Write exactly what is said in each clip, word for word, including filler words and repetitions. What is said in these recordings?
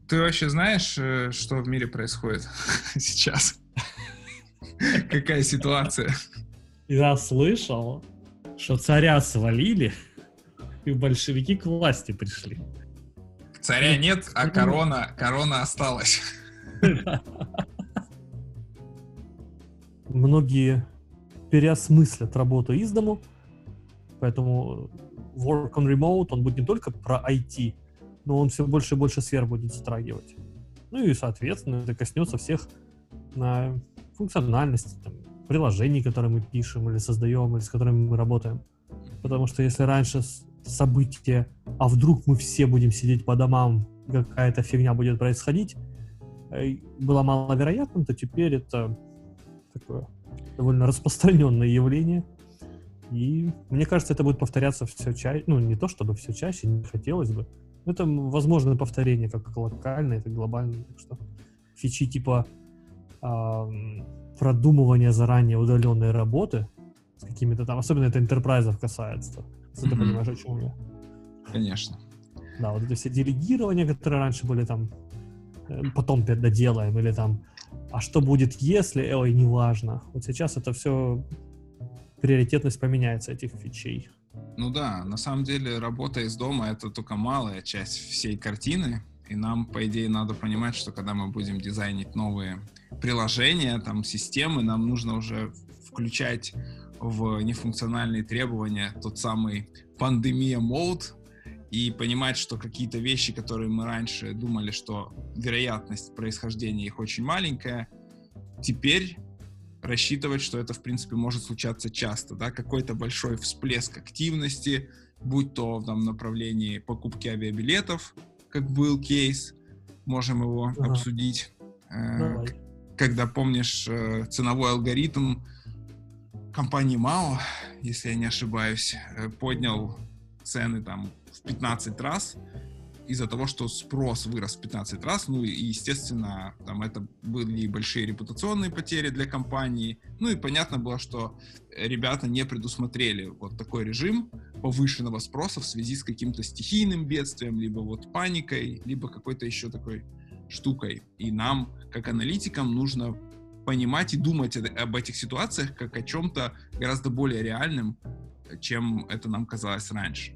Ты вообще знаешь, э, что в мире происходит сейчас? Какая ситуация? Я слышал, что царя свалили, и большевики к власти пришли. Царя нет, а корона, корона осталась. Многие переосмыслят работу из дому, поэтому work on remote, он будет не только про ай ти, но он все больше и больше сфер будет затрагивать. Ну и, соответственно, это коснется всех на функциональности, там, приложений, которые мы пишем или создаем, или с которыми мы работаем. Потому что если раньше события, а вдруг мы все будем сидеть по домам, какая-то фигня будет происходить, было маловероятно, то теперь это такое довольно распространенное явление. И мне кажется, это будет повторяться все чаще. Ну, не то чтобы все чаще, не хотелось бы. Но это возможное повторение как локальное, так и глобальное. Так что фичи типа эм, продумывания заранее удаленной работы с какими-то там, особенно это энтерпрайзов касается. Если mm-hmm. ты понимаешь, о чем я. Конечно. Да, вот это все делегирования, которые раньше были там, потом доделаем, или там, а что будет, если, ой, неважно. Вот сейчас это все, приоритетность поменяется этих фичей. Ну да, на самом деле работа из дома — это только малая часть всей картины, и нам, по идее, надо понимать, что когда мы будем дизайнить новые приложения, там, системы, нам нужно уже включать в нефункциональные требования тот самый пандемия-мод, и понимать, что какие-то вещи, которые мы раньше думали, что вероятность происхождения их очень маленькая, теперь рассчитывать, что это, в принципе, может случаться часто, да, какой-то большой всплеск активности, будь то в направлении покупки авиабилетов, как был кейс, можем его ага. обсудить. Давай. Когда, помнишь, ценовой алгоритм компании МАО, если я не ошибаюсь, поднял цены там в пятнадцать раз из-за того, что спрос вырос в пятнадцать раз, ну и, естественно, там это были большие репутационные потери для компании, ну и понятно было, что ребята не предусмотрели вот такой режим повышенного спроса в связи с каким-то стихийным бедствием, либо вот паникой, либо какой-то еще такой штукой. И нам, как аналитикам, нужно понимать и думать об этих ситуациях как о чем-то гораздо более реальном, чем это нам казалось раньше.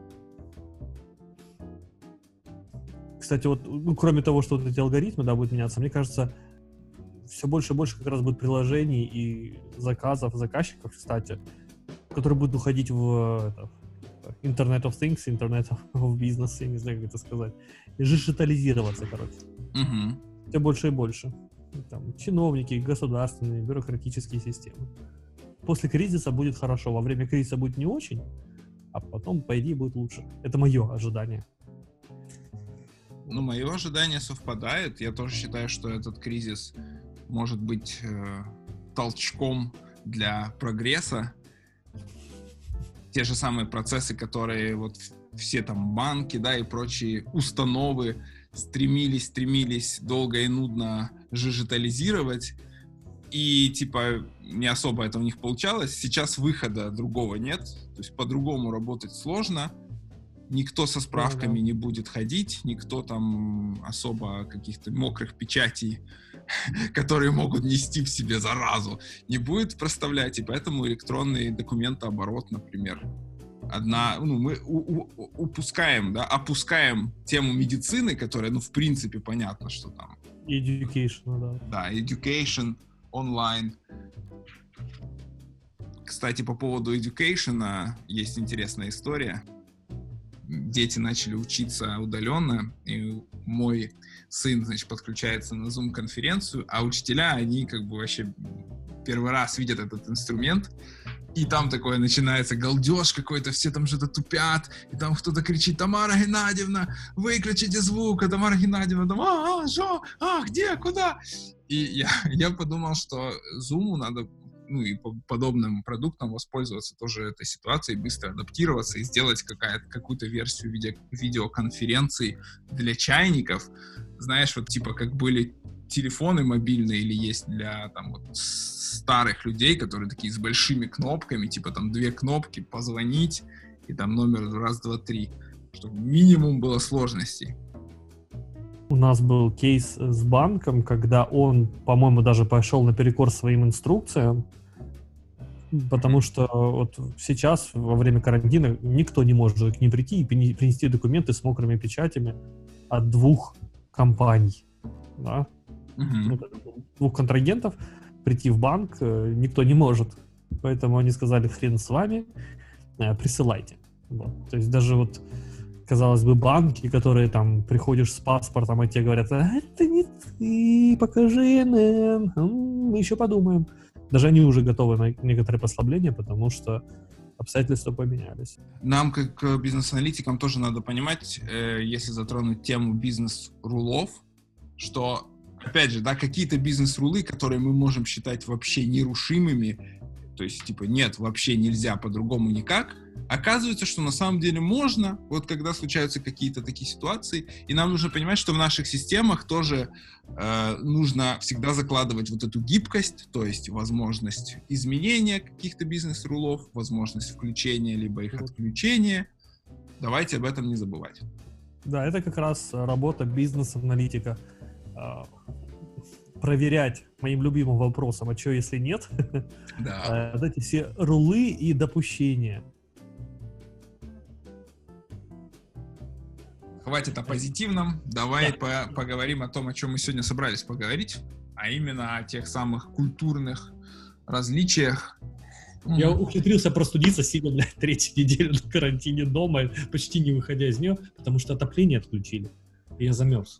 Кстати, вот, ну, кроме того, что вот эти алгоритмы, да, будут меняться, мне кажется, все больше и больше как раз будет приложений и заказов, заказчиков, кстати, которые будут уходить в это, Internet of Things, Internet of Business, я не знаю, как это сказать, и жижитализироваться, короче. Угу. Все больше и больше. Там, чиновники, государственные, бюрократические системы. После кризиса будет хорошо, во время кризиса будет не очень, а потом, по идее, будет лучше. Это мое ожидание. Ну, мое ожидание совпадает. Я тоже считаю, что этот кризис может быть э, толчком для прогресса. Те же самые процессы, которые вот все там банки, да, и прочие установы стремились, стремились долго и нудно жижитализировать, и типа не особо это у них получалось. Сейчас выхода другого нет, то есть по-другому работать сложно. Никто со справками не будет ходить, никто там особо каких-то мокрых печатей, которые могут нести в себе заразу, не будет проставлять, и поэтому электронный документооборот, например, одна, ну, мы у, у, упускаем, да, опускаем тему медицины, которая, ну, в принципе, понятно, что там. Education, да. Да, education, онлайн. Кстати, по поводу education есть интересная история. Дети начали учиться удаленно, и мой сын, значит, подключается на Zoom-конференцию, а учителя, они как бы вообще первый раз видят этот инструмент, и там такое начинается галдеж какой-то, все там что-то тупят, и там кто-то кричит: «Тамара Геннадьевна, выключите звук!» А Тамара Геннадьевна там: «А, а, что? А, где? Куда?» И я, я подумал, что Zoom надо, ну и по подобным продуктам воспользоваться тоже этой ситуацией, быстро адаптироваться и сделать какая-то, какую-то версию видео, видеоконференций для чайников. Знаешь, вот типа как были телефоны мобильные или есть для там вот старых людей, которые такие с большими кнопками, типа там две кнопки, позвонить и там номер раз, два, три, чтобы минимум было сложностей. У нас был кейс с банком, когда он, по-моему, даже пошел наперекор своим инструкциям, потому что вот сейчас, во время карантина, никто не может к ним прийти и принести документы с мокрыми печатями от двух компаний, да? Угу. Двух контрагентов прийти в банк никто не может. Поэтому они сказали, хрен с вами, присылайте. Вот. То есть даже вот, казалось бы, банки, которые там приходишь с паспортом, и тебе говорят, а это не ты, покажи нам, мы еще подумаем. Даже они уже готовы на некоторые послабления, потому что обстоятельства поменялись. Нам, как бизнес-аналитикам, тоже надо понимать, э, если затронуть тему бизнес-рулов, что, опять же, да, какие-то бизнес-рулы, которые мы можем считать вообще нерушимыми, то есть, типа, нет, вообще нельзя по-другому никак, оказывается, что на самом деле можно, вот когда случаются какие-то такие ситуации, и нам нужно понимать, что в наших системах тоже э, нужно всегда закладывать вот эту гибкость, то есть возможность изменения каких-то бизнес-рулов, возможность включения, либо их отключения. Давайте об этом не забывать. Да, это как раз работа бизнес-аналитика. Проверять моим любимым вопросом, а что если нет? Да. Вот эти все рулы и допущения. Хватит о позитивном. Давай да. по- поговорим о том, о чем мы сегодня собрались поговорить, а именно о тех самых культурных различиях. Я mm-hmm. ухитрился простудиться, сидя, блядь, третью неделю на карантине дома, почти не выходя из нее, потому что отопление отключили, и я замерз.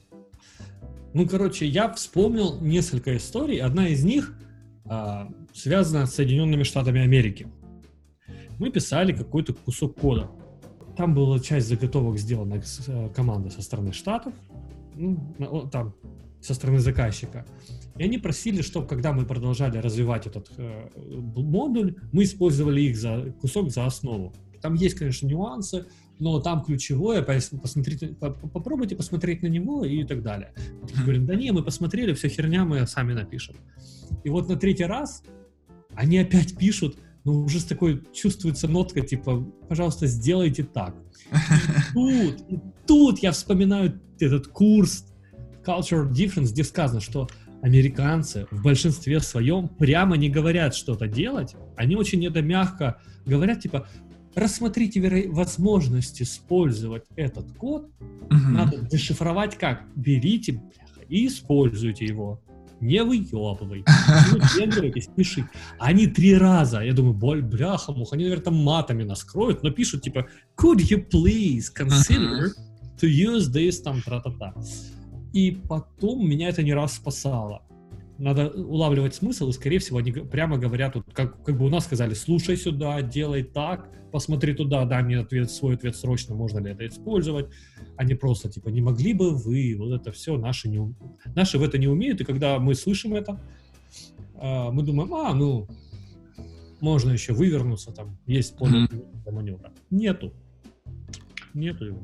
Ну, короче, я вспомнил несколько историй. Одна из них а, связана с Соединенными Штатами Америки. Мы писали какой-то кусок кода. Там была часть заготовок сделана с а, командой со стороны Штатов, ну, там, со стороны заказчика. И они просили, чтобы, когда мы продолжали развивать этот э, модуль, мы использовали их за кусок за основу. Там есть, конечно, нюансы, но там ключевое, посмотрите, попробуйте посмотреть на него и так далее. Мы говорим, да не, мы посмотрели, все херня, мы сами напишем. И вот на третий раз они опять пишут, но уже с такой чувствуется нотка, типа, пожалуйста, сделайте так. И тут, и тут я вспоминаю этот курс Cultural Difference, где сказано, что американцы в большинстве своем прямо не говорят что-то делать, они очень это мягко говорят, типа, рассмотрите веро- возможность использовать этот код, uh-huh. надо дешифровать как? Берите, бляха, и используйте его. Не выебывайте, не выпендривайтесь, пишите. Они три раза, я думаю, боль, бляха, муха, они, наверное, там матами нас кроют, но пишут, типа, could you please consider to use this, там, тра-та-та. И потом меня это не раз спасало. Надо улавливать смысл, и, скорее всего, они прямо говорят, вот, как, как бы у нас сказали, слушай сюда, делай так, посмотри туда, дай мне ответ, свой ответ срочно, можно ли это использовать. Они просто, типа, не могли бы вы, вот это все, наши, не ум... наши в это не умеют, и когда мы слышим это, э, мы думаем, а, ну, можно еще вывернуться, там, есть поле mm-hmm. для маневра. Нету. Нету его.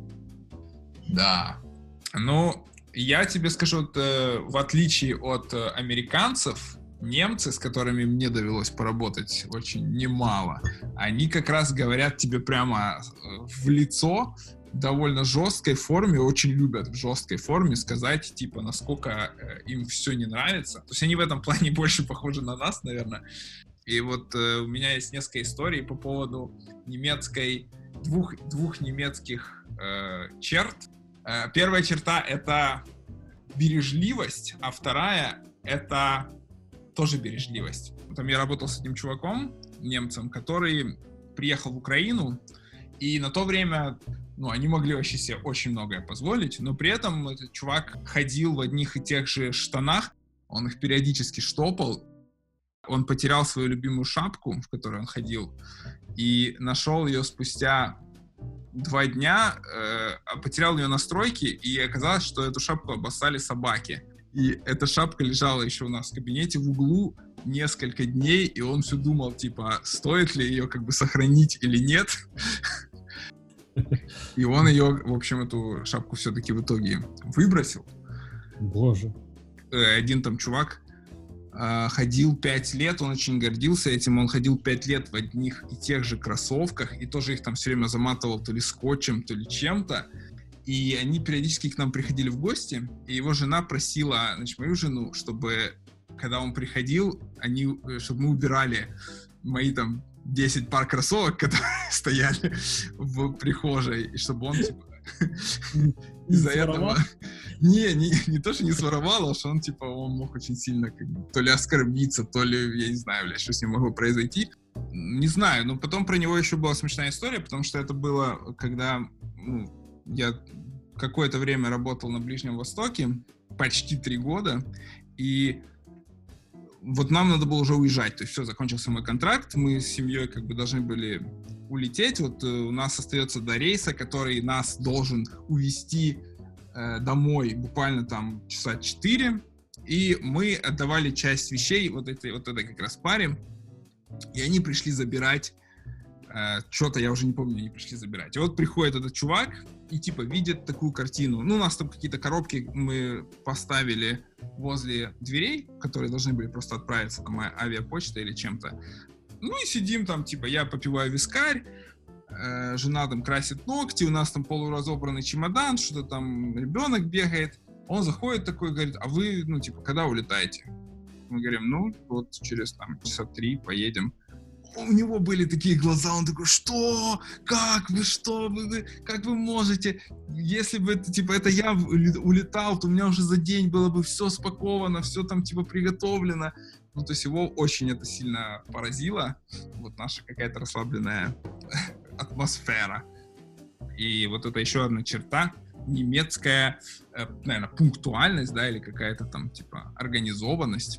Да. Ну... Я тебе скажу, вот, э, в отличие от э, американцев, немцы, с которыми мне довелось поработать очень немало, они как раз говорят тебе прямо э, в лицо, в довольно жесткой форме, очень любят в жесткой форме сказать, типа, насколько э, им все не нравится. То есть они в этом плане больше похожи на нас, наверное. И вот э, у меня есть несколько историй по поводу немецкой, двух, двух немецких э, черт. Первая черта — это бережливость, а вторая — это тоже бережливость. Там я работал с одним чуваком, немцем, который приехал в Украину, и на то время, ну, они могли вообще себе очень многое позволить, но при этом этот чувак ходил в одних и тех же штанах, он их периодически штопал, он потерял свою любимую шапку, в которой он ходил, и нашел ее спустя два дня, э, потерял ее на стройке, и оказалось, что эту шапку обоссали собаки. И эта шапка лежала еще у нас в кабинете в углу несколько дней, и он все думал, типа, стоит ли ее как бы сохранить или нет. И он ее, в общем, эту шапку все-таки в итоге выбросил. Боже. Один там чувак ходил пять лет, он очень гордился этим, он ходил пять лет в одних и тех же кроссовках, и тоже их там все время заматывал то ли скотчем, то ли чем-то, И они периодически к нам приходили в гости, и его жена просила, значит, мою жену, чтобы, когда он приходил, они, чтобы мы убирали мои там десять пар кроссовок, которые стояли в прихожей, и чтобы он, типа, из-за этого... Не, не, не то, что не своровал, а что он, типа, он мог очень сильно как бы, то ли оскорбиться, то ли, я не знаю, блядь, что с ним могло произойти. Не знаю, но потом про него еще была смешная история, потому что это было, когда, ну, я какое-то время работал на Ближнем Востоке, почти три года, и вот нам надо было уже уезжать, то есть все, закончился мой контракт, мы с семьей как бы должны были улететь, вот э, у нас остается до рейса, который нас должен увезти э, домой буквально там часа четыре, и мы отдавали часть вещей вот этой, вот этой как раз паре, и они пришли забирать, э, что-то, я уже не помню, они пришли забирать. И вот приходит этот чувак и типа видит такую картину. Ну, у нас там какие-то коробки мы поставили возле дверей, которые должны были просто отправиться, там, авиапочта или чем-то. Ну и сидим там, типа, я попиваю вискарь, э, жена там красит ногти, у нас там полуразобранный чемодан, что-то там ребенок бегает. Он заходит такой, говорит, а вы, ну, типа, когда улетаете? Мы говорим, ну, вот через там часа три поедем. У него были такие глаза, он такой, что? Как вы, что вы, как вы можете? Если бы это, типа, это я улетал, то у меня уже за день было бы все спаковано, все там, типа, приготовлено. Ну, то есть его очень это сильно поразило, вот наша какая-то расслабленная атмосфера. И вот это еще одна черта, немецкая, наверное, пунктуальность, да, или какая-то там, типа, организованность.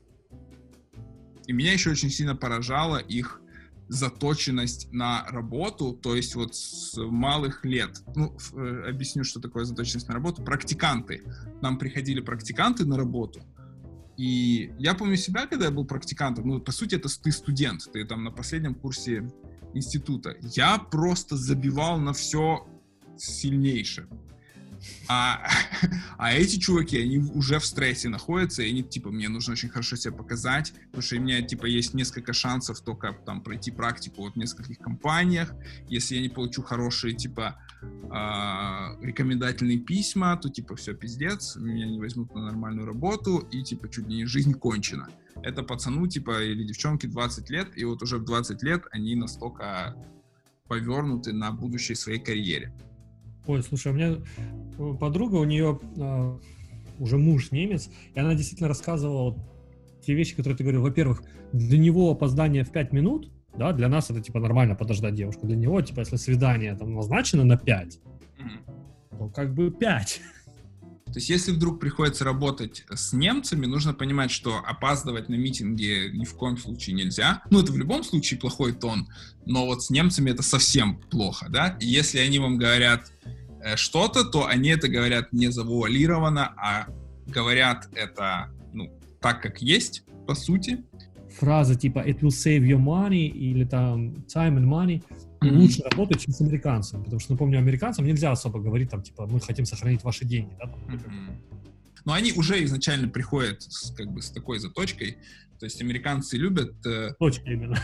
И меня еще очень сильно поражала их заточенность на работу, то есть вот с малых лет. Ну, э, объясню, что такое заточенность на работу. Практиканты. Нам приходили практиканты на работу. И я помню себя, когда я был практикантом, ну, по сути, это ты студент, ты там на последнем курсе института. Я просто забивал на все сильнейше. А, а эти чуваки, они уже в стрессе находятся, и они, типа, мне нужно очень хорошо себя показать, потому что у меня, типа, есть несколько шансов только, там, пройти практику вот в нескольких компаниях. Если я не получу хорошие, типа, э, рекомендательные письма, то, типа, все, пиздец, меня не возьмут на нормальную работу, и, типа, чуть ли не жизнь кончена. Это пацану, типа, или девчонке двадцать лет, и вот уже в двадцать лет они настолько повернуты на будущей своей карьере. Ой, слушай, у меня подруга, у нее э, уже муж немец, и она действительно рассказывала те вещи, которые ты говорил. Во-первых, для него опоздание в пять минут, да, для нас это типа нормально подождать девушку. Для него, типа, если свидание там назначено на пять, mm-hmm. то как бы пять. То есть, если вдруг приходится работать с немцами, нужно понимать, что опаздывать на митинги ни в коем случае нельзя. Ну, это в любом случае плохой тон, но вот с немцами это совсем плохо, да? И если они вам говорят э, что-то, то они это говорят не завуалированно, а говорят это, ну, так, как есть, по сути. Фраза типа «it will save your money» или там «time and money» mm-hmm. лучше работает, чем с американцами, потому что, напомню, американцам нельзя особо говорить там, типа, мы хотим сохранить ваши деньги, да? Mm-hmm. Но они уже изначально приходят с, как бы, с такой заточкой, то есть американцы любят... Э... Точка именно.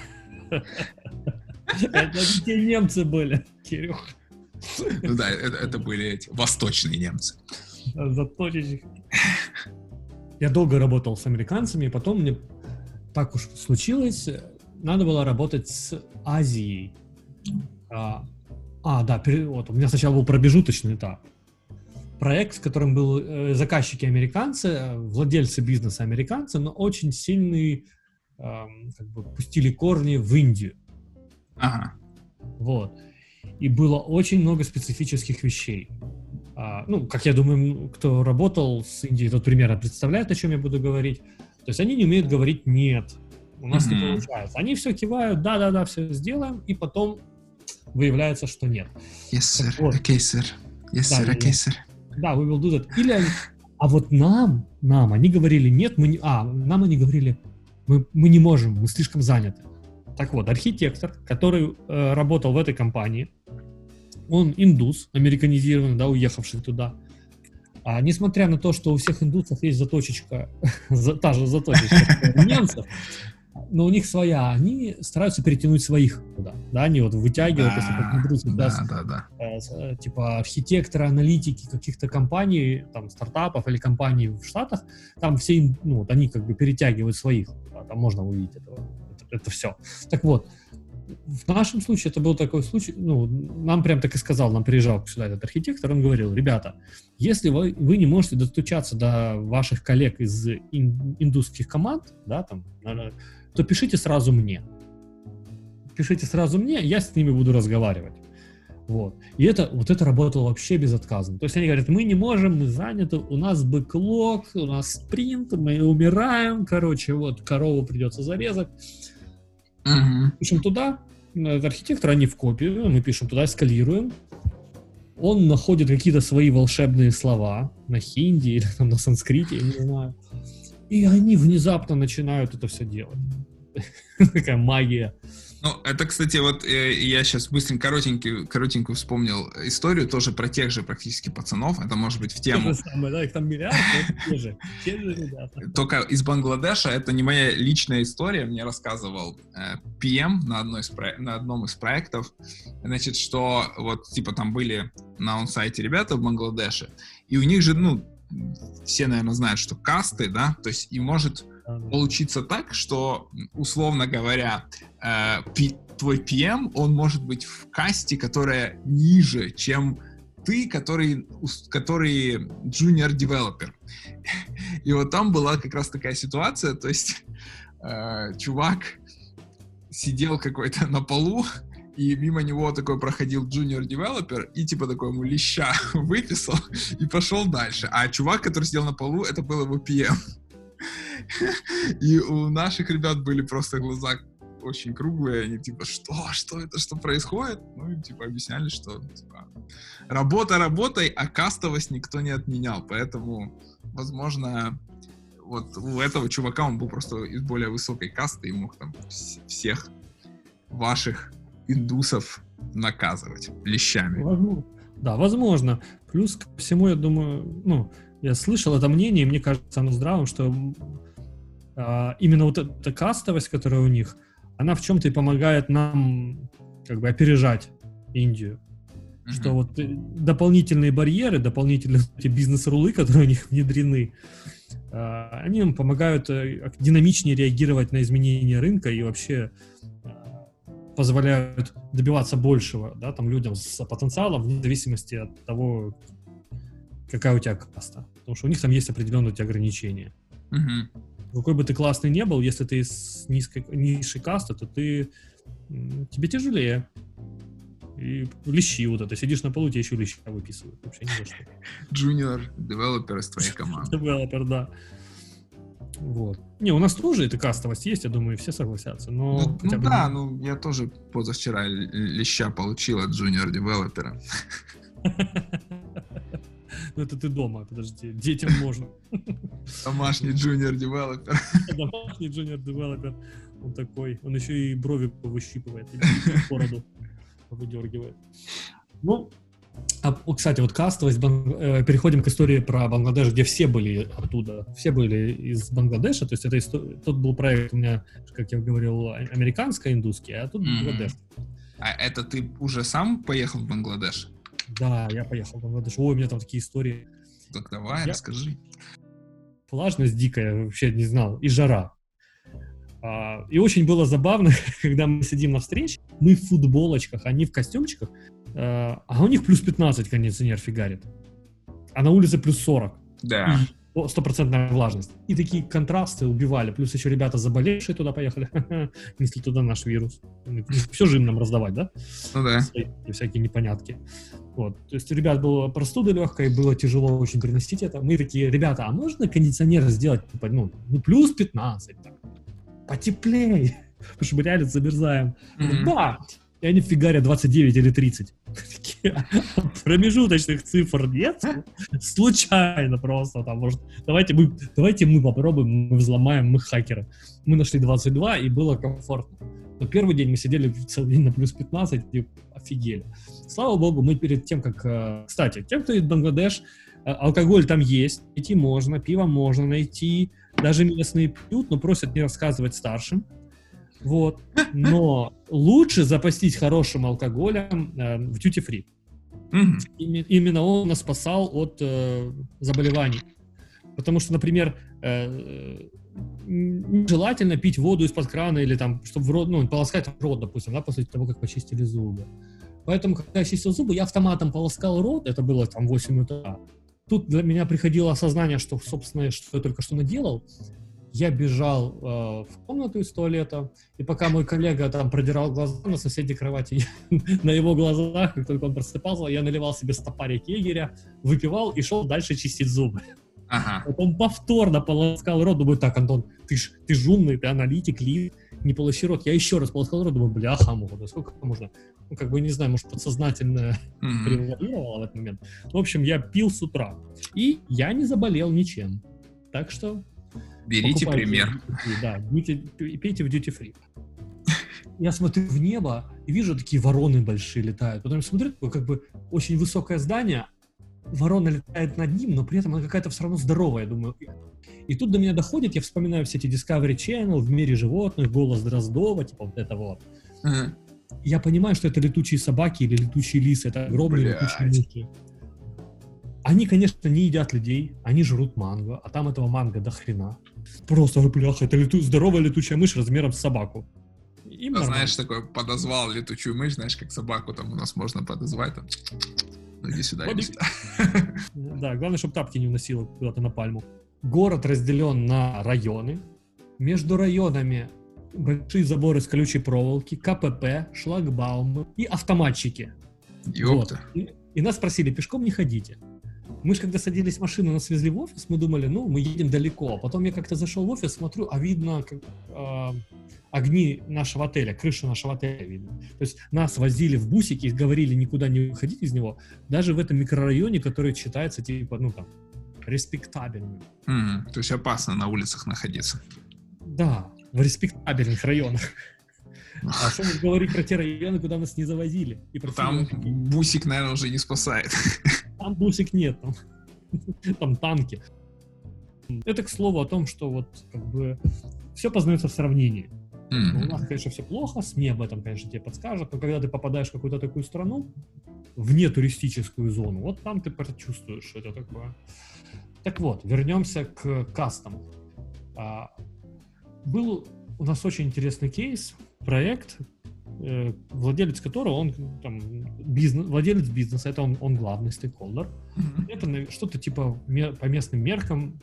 Это те немцы были, Кирюх. Ну да, это были эти восточные немцы. Заточечек. Я долго работал с американцами, и потом мне так уж случилось, надо было работать с Азией. А, а да, вот, у меня сначала был промежуточный этап. Проект, с которым был э, заказчики американцы, владельцы бизнеса американцы, но очень сильные, э, как бы, пустили корни в Индию. Ага. Вот. И было очень много специфических вещей. А, ну, как я думаю, кто работал с Индией, тот примерно представляет, о чем я буду говорить. То есть они не умеют говорить «нет», у нас mm-hmm. не получается. Они все кивают, да-да-да, все сделаем, и потом выявляется, что нет. Yes, sir. Вот. Okay, sir. Yes, да, sir. Okay, sir. Да, we will do that. Или они... А вот нам, нам, они говорили «нет», мы не... А, нам они говорили мы, мы не можем, мы слишком заняты. Так вот, архитектор, который э, работал в этой компании, он индус, американизированный, да, уехавший туда. А несмотря на то, что у всех индусов есть заточечка, та же заточечка немцев, но у них своя, они стараются перетянуть своих туда, да, они вот вытягивают, да, если как индусы, да, да, да, да. типа архитекторы, аналитики каких-то компаний, там, стартапов или компаний в Штатах, там все, ну, вот они как бы перетягивают своих, да, там можно увидеть это, это, это все. Так вот, в нашем случае это был такой случай, ну, нам прям так и сказал, нам приезжал сюда этот архитектор, он говорил: ребята, если вы, вы не можете достучаться до ваших коллег из ин, индусских команд, да, там, то пишите сразу мне. Пишите сразу мне, я с ними буду разговаривать. Вот. И это, вот это работало вообще безотказно. То есть они говорят: мы не можем, мы заняты, у нас бэклог, у нас спринт, мы умираем, короче, вот, корову придется зарезать. Uh-huh. Пишем туда, архитектор, они в копию, мы пишем туда, эскалируем. Он находит какие-то свои волшебные слова на хинди или там, на санскрите, я не знаю. И они внезапно начинают это все делать. Такая магия. Ну, это, кстати, вот э, я сейчас быстренько, коротенькую, коротенькую вспомнил историю тоже про тех же практически пацанов. Это может быть в тему... То же самое, да, их там миллиард, те же, те же ребята. Только из Бангладеша, это не моя личная история, мне рассказывал э, пи эм на, одной из про... на одном из проектов, значит, что вот, типа, там были на онсайте ребята в Бангладеше, и у них же, ну, все, наверное, знают, что касты, да, то есть и может... получиться так, что, условно говоря, э, пи, твой пи эм, он может быть в касте, которая ниже, чем ты, который, который junior developer. И вот там была как раз такая ситуация, то есть э, чувак сидел какой-то на полу, и мимо него такой проходил junior developer, и типа такой ему леща выписал, и пошел дальше. А чувак, который сидел на полу, это был его пи эм. И у наших ребят были просто глаза очень круглые, они типа: что, что это, что происходит? Ну, и типа объясняли, что типа, работа работой, а кастовость никто не отменял, поэтому, возможно, вот у этого чувака он был просто из более высокой касты и мог там всех ваших индусов наказывать лещами. Возможно. Да, возможно. Плюс ко всему, я думаю, ну, я слышал это мнение, и мне кажется, оно здравым, что а, именно вот эта кастовость, которая у них, она в чем-то и помогает нам как бы опережать Индию. Mm-hmm. Что вот дополнительные барьеры, дополнительные эти бизнес-рулы, которые у них внедрены, а, они им помогают динамичнее реагировать на изменения рынка и вообще а, позволяют добиваться большего, да, там, людям с потенциалом, вне зависимости от того, какая у тебя каста. Потому что у них там есть определенные у тебя ограничения. Uh-huh. Какой бы ты классный не был, если ты из низкой, низшей касты, то ты, тебе тяжелее. И лещи вот это. Сидишь на полу, тебе еще леща выписывают. Вообще ни за что. Junior девелопер из твоей команды. Девелопер, да. Вот. Не, у нас тоже эта кастовость есть, я думаю, все согласятся. Но ну, ну бы... да, ну я тоже позавчера леща получил от junior девелопера. Ну это ты дома, подожди, детям можно. Домашний junior девелопер. Домашний junior девелопер. Он такой, он еще и брови выщипывает, и бороду выдергивает. Ну, а, кстати, вот кастовость, переходим к истории про Бангладеш, где все были оттуда, все были из Бангладеша, то есть это история, тот был проект у меня, как я говорил, американско-индусский, а тут mm-hmm. Бангладеш. А это ты уже сам поехал в Бангладеш? Да, я поехал в Бангладеш. Ой, у меня там такие истории. Так давай, я... расскажи. Влажность дикая, вообще не знал, и жара. А, и очень было забавно, когда мы сидим на встрече, мы в футболочках, они в костюмчиках, а, а у них плюс пятнадцать кондиционер фигарит, а на улице плюс сорок. Да. Стопроцентная влажность. И такие контрасты убивали. Плюс еще ребята заболевшие туда поехали, несли туда наш вирус. Все же им нам раздавать, да? Ну да. И всякие непонятки. Вот. То есть у ребят была простуда легкая, было тяжело очень переносить это. Мы такие: ребята, а можно кондиционер сделать, ну, ну плюс пятнадцать, так, потеплее, потому что мы реально замерзаем. Mm-hmm. Да! И они фигарят двадцать девять или тридцать. Промежуточных цифр нет. Случайно просто. Там, может, давайте, мы, давайте мы попробуем, мы взломаем, мы хакеры. Мы нашли двадцать два, и было комфортно. Но первый день мы сидели целый день на плюс пятнадцать и офигели. Слава богу, мы перед тем, как... Кстати, тем, кто из Бангладеш, алкоголь там есть, найти можно, пиво можно найти. Даже местные пьют, но просят не рассказывать старшим. Вот. Но лучше запастись хорошим алкоголем э, в duty-free. Mm-hmm. Именно он нас спасал от э, заболеваний. Потому что, например, э, желательно пить воду из-под крана или там, чтобы в рот, ну, полоскать рот, допустим, да, после того, как почистили зубы. Поэтому, когда я чистил зубы, я автоматом полоскал рот, это было там в восемь утра. Тут для меня приходило осознание, что, собственно, что я только что наделал. Я бежал э, в комнату из туалета, и пока мой коллега там продирал глаза на соседней кровати, на его глазах, как только он просыпался, я наливал себе стопарик егеря, выпивал и шел дальше чистить зубы. Ага. Потом повторно полоскал рот, думаю, так, Антон, ты ж, ты ж умный, ты аналитик, лид, не полощи рот. Я еще раз полоскал рот, думаю, бляха, муха, да сколько можно? Ну, как бы, не знаю, может, подсознательно mm-hmm. превалировало в этот момент. В общем, я пил с утра, и я не заболел ничем. Так что... Берите пример. Да, пейте в duty free. Я смотрю в небо и вижу, такие вороны большие летают. Потом смотрю, как бы очень высокое здание, ворона летает над ним, но при этом она какая-то все равно здоровая, думаю. И тут до меня доходит, я вспоминаю все эти Discovery Channel, в мире животных, голос Дроздова, типа вот это вот. Uh-huh. Я понимаю, что это летучие собаки или летучие лисы, это огромные Блядь. летучие мыши. Они, конечно, не едят людей, они жрут манго, а там этого манго до хрена. Просто, бляха, это лету... здоровая летучая мышь размером с собаку. Им а знаешь, такой подозвал летучую мышь, знаешь, как собаку там у нас можно подозвать, там, ну иди сюда, иди сюда. Да, главное, чтобы тапки не уносило куда-то на пальму. Город разделен на районы. Между районами большие заборы с колючей проволоки, ка пэ пэ, шлагбаумы и автоматчики. Ёпта. Вот. И, и нас спросили, пешком не ходите. Мы же когда садились в машину, нас везли в офис, мы думали, ну, мы едем далеко. А потом я как-то зашел в офис, смотрю, а видно как, э, огни нашего отеля, крышу нашего отеля видно. То есть нас возили в бусике и говорили никуда не выходить из него, даже в этом микрорайоне, который считается, типа, ну, там, респектабельным. Mm, то есть опасно на улицах находиться. Да, в респектабельных районах. А что мы говорим про те районы, куда нас не завозили? И там такие... бусик, наверное, уже не спасает. Там бусик нет, там, там танки. Это, к слову, о том, что вот как бы все познается в сравнении. Mm-hmm. У нас, конечно, все плохо, СМИ об этом, конечно, тебе подскажут, но когда ты попадаешь в какую-то такую страну, вне туристическую зону, вот там ты прочувствуешь, что это такое. Так вот, вернемся к кастому. А, был у нас очень интересный кейс, проект, э, владелец которого, он там, бизнес, владелец бизнеса, это он, он главный стейкхолдер. Mm-hmm. Это что-то типа мер, по местным меркам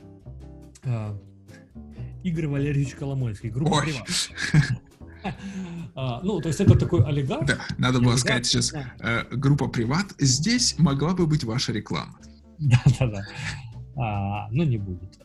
э, Игорь Валерьевич Коломойский, группа «Приват». А, ну, то есть это такой олигарх. Да, надо было сказать сейчас, э, группа «Приват», здесь могла бы быть ваша реклама. Да-да-да. А, но не будет.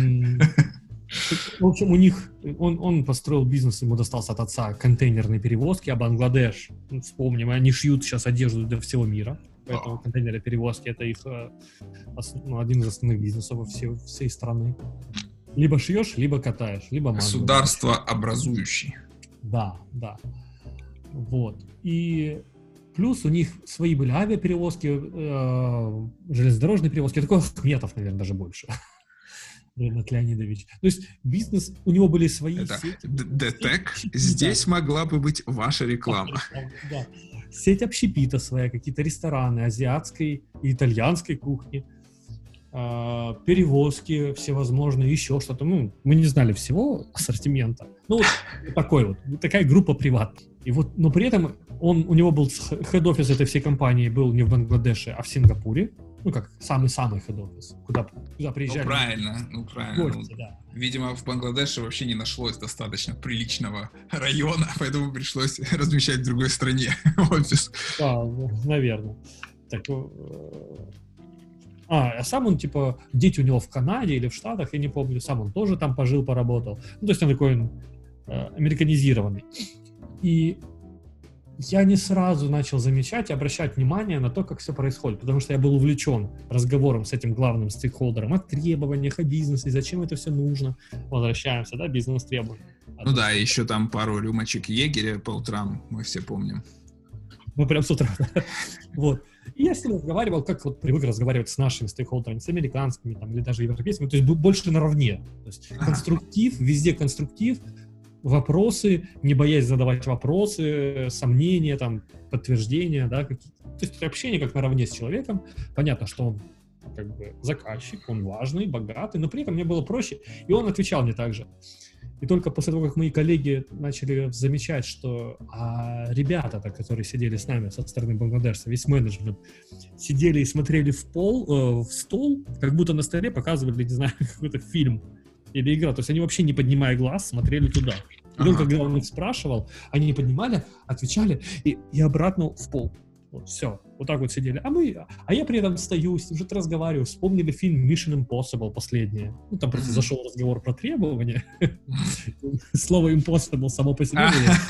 В общем, у них, он, он построил бизнес, ему достался от отца контейнерные перевозки, а Бангладеш, ну, вспомним, они шьют сейчас одежду для всего мира, поэтому oh. контейнерные перевозки — это их основ, ну, один из основных бизнесов во всей, всей страны. Либо шьешь, либо катаешь, либо манго. Государство образующий. Да, да. Вот. И плюс у них свои были авиаперевозки, э, железнодорожные перевозки. Такой Ахметов, наверное, даже больше. Ренат Леонидович. То есть бизнес, у него были свои Это сети. ДТЭК, здесь могла бы быть ваша реклама. Да. Сеть общепита своя, какие-то рестораны азиатской и итальянской кухни, перевозки всевозможные, еще что-то. Ну, мы не знали всего ассортимента. Ну, вот такой вот, такая группа «Приват». И вот, но при этом он, у него был хед-офис этой всей компании был не в Бангладеше, а в Сингапуре. Ну, как самый-самый хед-офис, куда, куда приезжали. Ну, правильно, ну, правильно. Гости, ну, да. Видимо, в Бангладеше вообще не нашлось достаточно приличного района, поэтому пришлось размещать в другой стране офис. Да, наверное. Так, а, а сам он, типа, дети у него в Канаде или в Штатах, я не помню, сам он тоже там пожил, поработал. Ну, то есть он такой он, э, американизированный. И я не сразу начал замечать и обращать внимание на то, как все происходит, потому что я был увлечен разговором с этим главным стейкхолдером о требованиях, о бизнесе, зачем это все нужно. Возвращаемся, да, бизнес-требования. Ну да, и еще там пару рюмочек егеря по утрам, мы все помним. Ну, прям с утра, да. Вот. И я с ним разговаривал, как вот привык разговаривать с нашими стейкхолдерами, с американскими там, или даже европейскими, то есть больше наравне. То есть конструктив, везде конструктив, вопросы, не боясь задавать вопросы, сомнения, там, подтверждения, да, какие-то. То есть общение как наравне с человеком. Понятно, что он как бы заказчик, он важный, богатый, но при этом мне было проще, и он отвечал мне так же. И только после того, как мои коллеги начали замечать, что а ребята-то, которые сидели с нами со стороны Бангладеша, весь менеджмент, сидели и смотрели в пол, э, в стол, как будто на столе показывали, не знаю, какой-то фильм или игра. То есть они вообще, не поднимая глаз, смотрели туда. И только когда он их спрашивал, они не поднимали, отвечали и, и обратно в пол. Вот, все. Вот так вот сидели. А мы, а я при этом стою, с ним что-то разговариваю. Вспомнили фильм Mission Impossible последнее. Ну, там просто mm-hmm. зашел разговор про требования. Слово Impossible само по себе.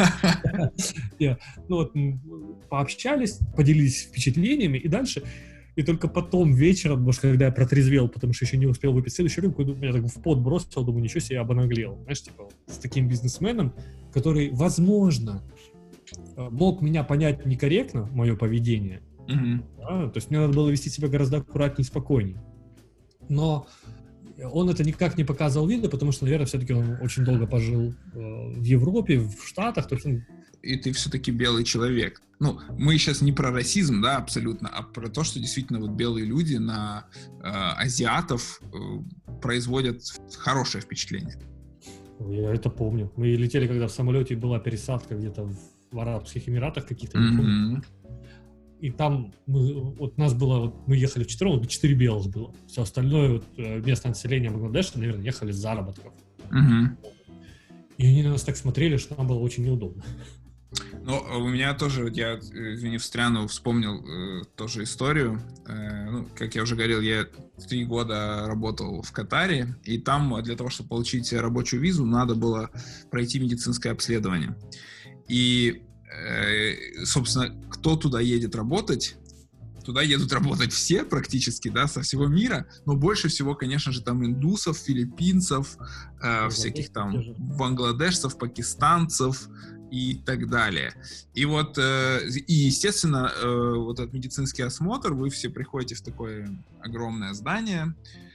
Ну вот, пообщались, поделились впечатлениями и дальше. И только потом вечером, может, когда я протрезвел, потому что еще не успел выпить следующую рюмку, я так в пот бросил, думаю, ничего себе, я обнаглел. Знаешь, типа, с таким бизнесменом, который, возможно, мог меня понять некорректно, мое поведение. Mm-hmm. Да? То есть мне надо было вести себя гораздо аккуратнее и спокойнее. Но он это никак не показывал видно, потому что, наверное, все-таки он очень долго пожил э, в Европе, в Штатах. То есть он... И ты все-таки белый человек. Ну, мы сейчас не про расизм, да, абсолютно, а про то, что действительно вот белые люди на э, азиатов э, производят хорошее впечатление. Я это помню. Мы летели, когда в самолете была пересадка где-то в, в Арабских Эмиратах каких-то. Mm-hmm. И там мы, вот нас было, вот мы ехали вчетвером, вот четыре белых было. Все остальное вот, местное население Бангладеша, наверное, ехали с заработков. Mm-hmm. И они на нас так смотрели, что нам было очень неудобно. Ну, у меня тоже, я, извини, встряну, вспомнил э, тоже историю. Э, ну, как я уже говорил, я три года работал в Катаре, и там для того, чтобы получить рабочую визу, надо было пройти медицинское обследование. И, э, собственно, кто туда едет работать? Туда едут работать все практически, да, со всего мира, но больше всего, конечно же, там индусов, филиппинцев, э, всяких там бангладешцев, пакистанцев и так далее. И вот, э, и, естественно, э, вот этот медицинский осмотр, вы все приходите в такое огромное здание,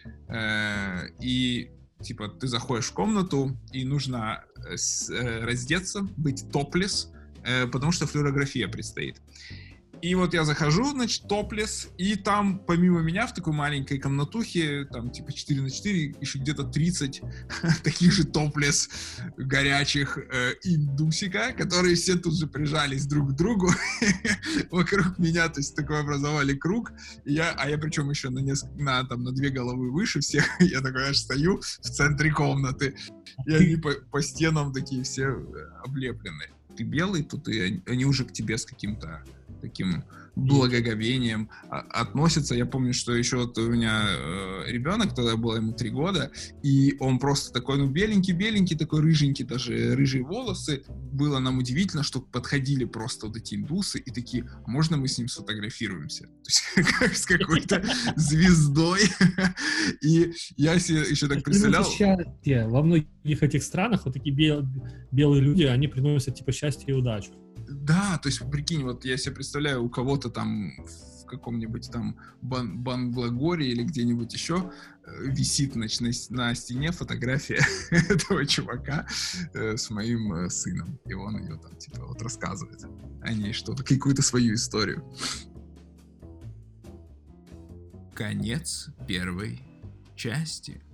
э, и, типа, ты заходишь в комнату, и нужно э, раздеться, быть топлес, э, потому что флюорография предстоит. И вот я захожу, значит, топлес, и там, помимо меня, в такой маленькой комнатухе, там, типа, четыре на четыре, еще где-то тридцать таких же топлес горячих э, индусика, которые все тут же прижались друг к другу вокруг меня, то есть такой образовали круг, и я, а я причем еще на, несколько, на, там, на две головы выше всех, я такой аж стою в центре комнаты, и они по, по стенам такие все облеплены. Ты белый, тут и они уже к тебе с каким-то таким благоговением относятся. Я помню, что еще вот у меня э, ребенок, тогда было ему три года, и он просто такой, ну, беленький-беленький, такой рыженький, даже рыжие волосы. Было нам удивительно, что подходили просто вот эти индусы и такие, можно мы с ним сфотографируемся? То есть как с какой-то звездой. И я себе еще так представлял... Счастье. Во многих этих странах вот такие бел... белые люди, они приносят типа счастье и удачу. Да, то есть, прикинь, вот я себе представляю, у кого-то там в каком-нибудь там Бан- Банглагоре или где-нибудь еще э, висит, значит, на, на стене фотография этого чувака э, с моим э, сыном. И он ее там, типа, вот рассказывает о ней что-то, какую-то свою историю. Конец первой части.